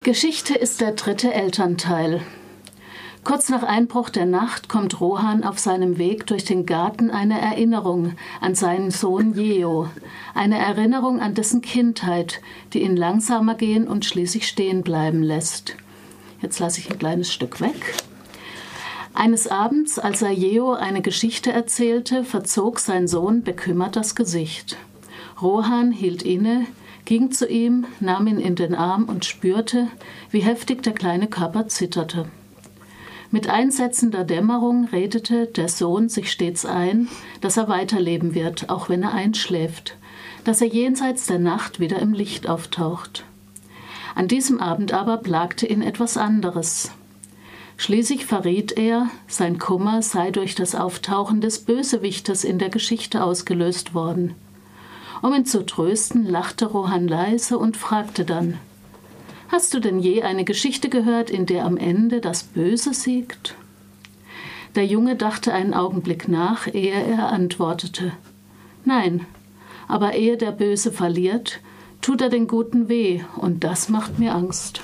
Geschichte ist der dritte Elternteil. Kurz nach Einbruch der Nacht kommt Rohan auf seinem Weg durch den Garten eine Erinnerung an seinen Sohn Yeo, eine Erinnerung an dessen Kindheit, die ihn langsamer gehen und schließlich stehen bleiben lässt. Jetzt lasse ich ein kleines Stück weg. Eines Abends, als er Yeo eine Geschichte erzählte, verzog sein Sohn bekümmert das Gesicht. Rohan hielt inne, ging zu ihm, nahm ihn in den Arm und spürte, wie heftig der kleine Körper zitterte. Mit einsetzender Dämmerung redete der Sohn sich stets ein, dass er weiterleben wird, auch wenn er einschläft, dass er jenseits der Nacht wieder im Licht auftaucht. An diesem Abend aber plagte ihn etwas anderes. Schließlich verriet er, sein Kummer sei durch das Auftauchen des Bösewichtes in der Geschichte ausgelöst worden. Um ihn zu trösten, lachte Rohan leise und fragte dann: »Hast du denn je eine Geschichte gehört, in der am Ende das Böse siegt?« Der Junge dachte einen Augenblick nach, ehe er antwortete: »Nein, aber ehe der Böse verliert, tut er den Guten weh, und das macht mir Angst.«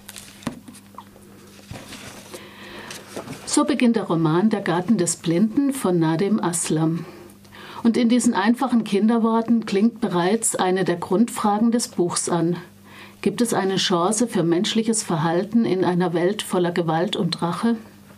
So beginnt der Roman Der Garten des Blinden von Nadim Aslam. Und in diesen einfachen Kinderworten klingt bereits eine der Grundfragen des Buchs an. Gibt es eine Chance für menschliches Verhalten in einer Welt voller Gewalt und Rache?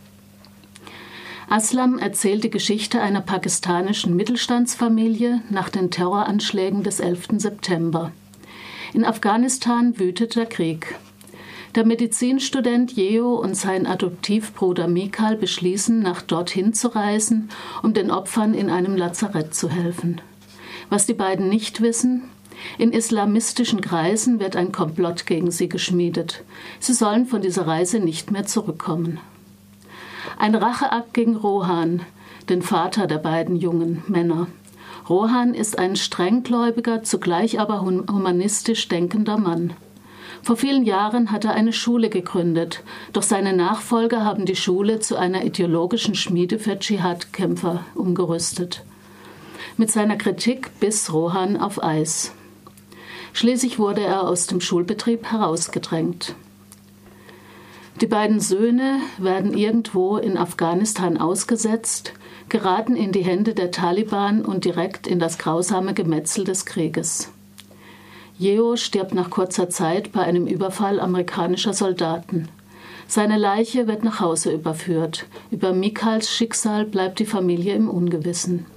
Aslam erzählt die Geschichte einer pakistanischen Mittelstandsfamilie nach den Terroranschlägen des 11. September. In Afghanistan wütet der Krieg. Der Medizinstudent Yeo und sein Adoptivbruder Mikal beschließen, nach dorthin zu reisen, um den Opfern in einem Lazarett zu helfen. Was die beiden nicht wissen: In islamistischen Kreisen wird ein Komplott gegen sie geschmiedet. Sie sollen von dieser Reise nicht mehr zurückkommen. Ein Racheakt gegen Rohan, den Vater der beiden jungen Männer. Rohan ist ein strenggläubiger, zugleich aber humanistisch denkender Mann. Vor vielen Jahren hat er eine Schule gegründet, doch seine Nachfolger haben die Schule zu einer ideologischen Schmiede für Dschihad-Kämpfer umgerüstet. Mit seiner Kritik biss Rohan auf Eis. Schließlich wurde er aus dem Schulbetrieb herausgedrängt. Die beiden Söhne werden irgendwo in Afghanistan ausgesetzt, geraten in die Hände der Taliban und direkt in das grausame Gemetzel des Krieges. Yeo stirbt nach kurzer Zeit bei einem Überfall amerikanischer Soldaten. Seine Leiche wird nach Hause überführt. Über Mikals Schicksal bleibt die Familie im Ungewissen.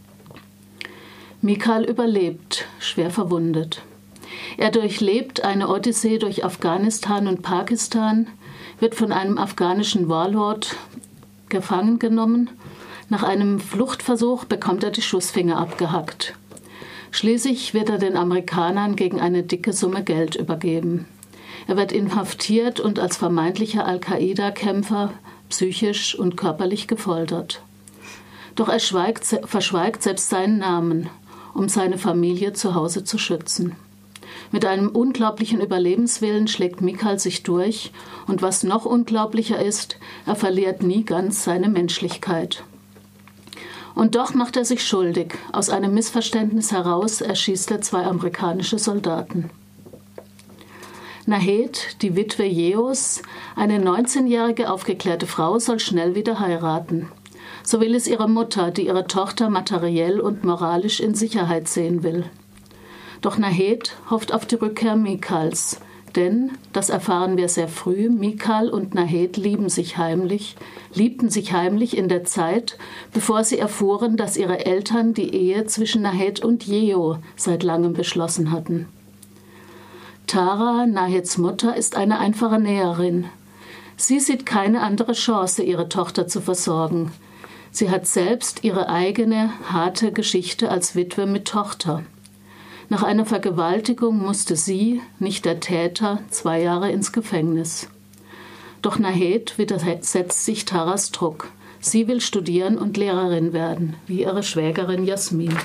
Mikal überlebt, schwer verwundet. Er durchlebt eine Odyssee durch Afghanistan und Pakistan, wird von einem afghanischen Warlord gefangen genommen. Nach einem Fluchtversuch bekommt er die Schussfinger abgehackt. Schließlich wird er den Amerikanern gegen eine dicke Summe Geld übergeben. Er wird inhaftiert und als vermeintlicher Al-Qaida-Kämpfer psychisch und körperlich gefoltert. Doch er verschweigt selbst seinen Namen, um seine Familie zu Hause zu schützen. Mit einem unglaublichen Überlebenswillen schlägt Mikal sich durch, und was noch unglaublicher ist, er verliert nie ganz seine Menschlichkeit. Und doch macht er sich schuldig. Aus einem Missverständnis heraus erschießt er 2 amerikanische Soldaten. Nahed, die Witwe Yeos, eine 19-jährige aufgeklärte Frau, soll schnell wieder heiraten. So will es ihre Mutter, die ihre Tochter materiell und moralisch in Sicherheit sehen will. Doch Nahed hofft auf die Rückkehr Mikals. Denn, das erfahren wir sehr früh, Mikal und Nahed liebten sich heimlich in der Zeit, bevor sie erfuhren, dass ihre Eltern die Ehe zwischen Nahed und Yeo seit langem beschlossen hatten. Tara, Naheds Mutter, ist eine einfache Näherin. Sie sieht keine andere Chance, ihre Tochter zu versorgen. Sie hat selbst ihre eigene, harte Geschichte als Witwe mit Tochter. Nach einer Vergewaltigung musste sie, nicht der Täter, 2 Jahre ins Gefängnis. Doch Nahed widersetzt sich Taras Druck. Sie will studieren und Lehrerin werden, wie ihre Schwägerin Jasmin.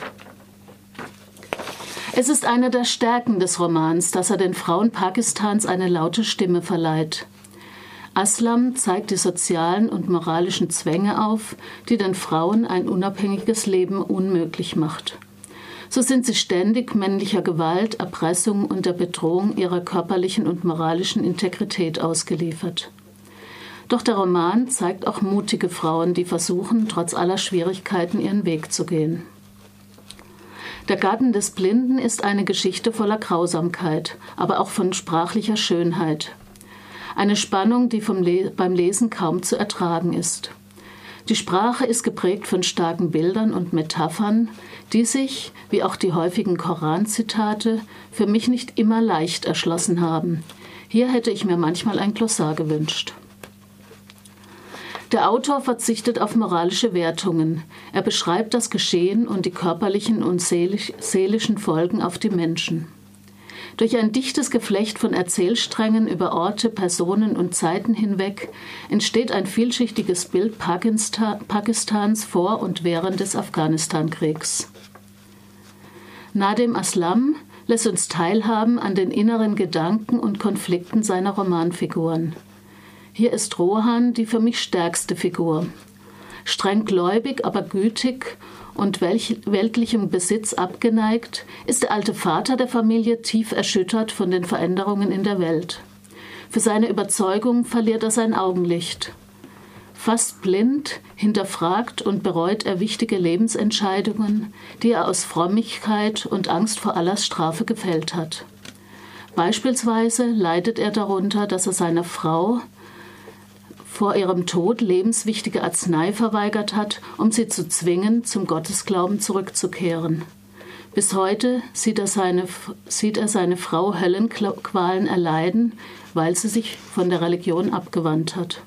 Es ist eine der Stärken des Romans, dass er den Frauen Pakistans eine laute Stimme verleiht. Aslam zeigt die sozialen und moralischen Zwänge auf, die den Frauen ein unabhängiges Leben unmöglich macht. So sind sie ständig männlicher Gewalt, Erpressung und der Bedrohung ihrer körperlichen und moralischen Integrität ausgeliefert. Doch der Roman zeigt auch mutige Frauen, die versuchen, trotz aller Schwierigkeiten ihren Weg zu gehen. Der Garten des Blinden ist eine Geschichte voller Grausamkeit, aber auch von sprachlicher Schönheit. Eine Spannung, die beim Lesen kaum zu ertragen ist. Die Sprache ist geprägt von starken Bildern und Metaphern, die sich, wie auch die häufigen Koranzitate, für mich nicht immer leicht erschlossen haben. Hier hätte ich mir manchmal ein Glossar gewünscht. Der Autor verzichtet auf moralische Wertungen. Er beschreibt das Geschehen und die körperlichen und seelischen Folgen auf die Menschen. Durch ein dichtes Geflecht von Erzählsträngen über Orte, Personen und Zeiten hinweg entsteht ein vielschichtiges Bild Pakistans vor und während des Afghanistankriegs. Nadim Aslam lässt uns teilhaben an den inneren Gedanken und Konflikten seiner Romanfiguren. Hier ist Rohan die für mich stärkste Figur. Streng gläubig, aber gütig und weltlichem Besitz abgeneigt, ist der alte Vater der Familie tief erschüttert von den Veränderungen in der Welt. Für seine Überzeugung verliert er sein Augenlicht. Fast blind hinterfragt und bereut er wichtige Lebensentscheidungen, die er aus Frömmigkeit und Angst vor Allahs Strafe gefällt hat. Beispielsweise leidet er darunter, dass er seiner Frau vor ihrem Tod lebenswichtige Arznei verweigert hat, um sie zu zwingen, zum Gottesglauben zurückzukehren. Bis heute sieht er seine Frau Höllenqualen erleiden, weil sie sich von der Religion abgewandt hat.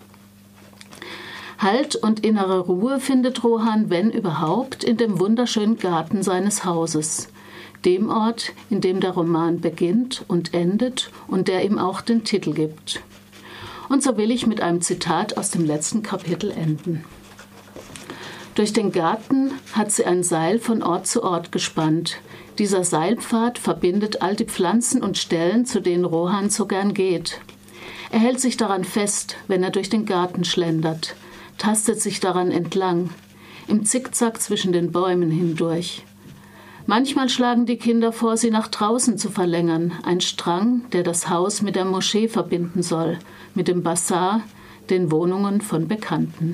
Halt und innere Ruhe findet Rohan, wenn überhaupt, in dem wunderschönen Garten seines Hauses, dem Ort, in dem der Roman beginnt und endet und der ihm auch den Titel gibt. Und so will ich mit einem Zitat aus dem letzten Kapitel enden. Durch den Garten hat sie ein Seil von Ort zu Ort gespannt. Dieser Seilpfad verbindet all die Pflanzen und Stellen, zu denen Rohan so gern geht. Er hält sich daran fest, wenn er durch den Garten schlendert, tastet sich daran entlang, im Zickzack zwischen den Bäumen hindurch. Manchmal schlagen die Kinder vor, sie nach draußen zu verlängern, ein Strang, der das Haus mit der Moschee verbinden soll, mit dem Bazar, den Wohnungen von Bekannten.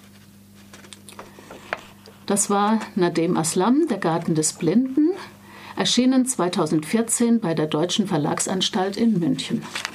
Das war Nadim Aslam, Der Garten des Blinden, erschienen 2014 bei der Deutschen Verlagsanstalt in München.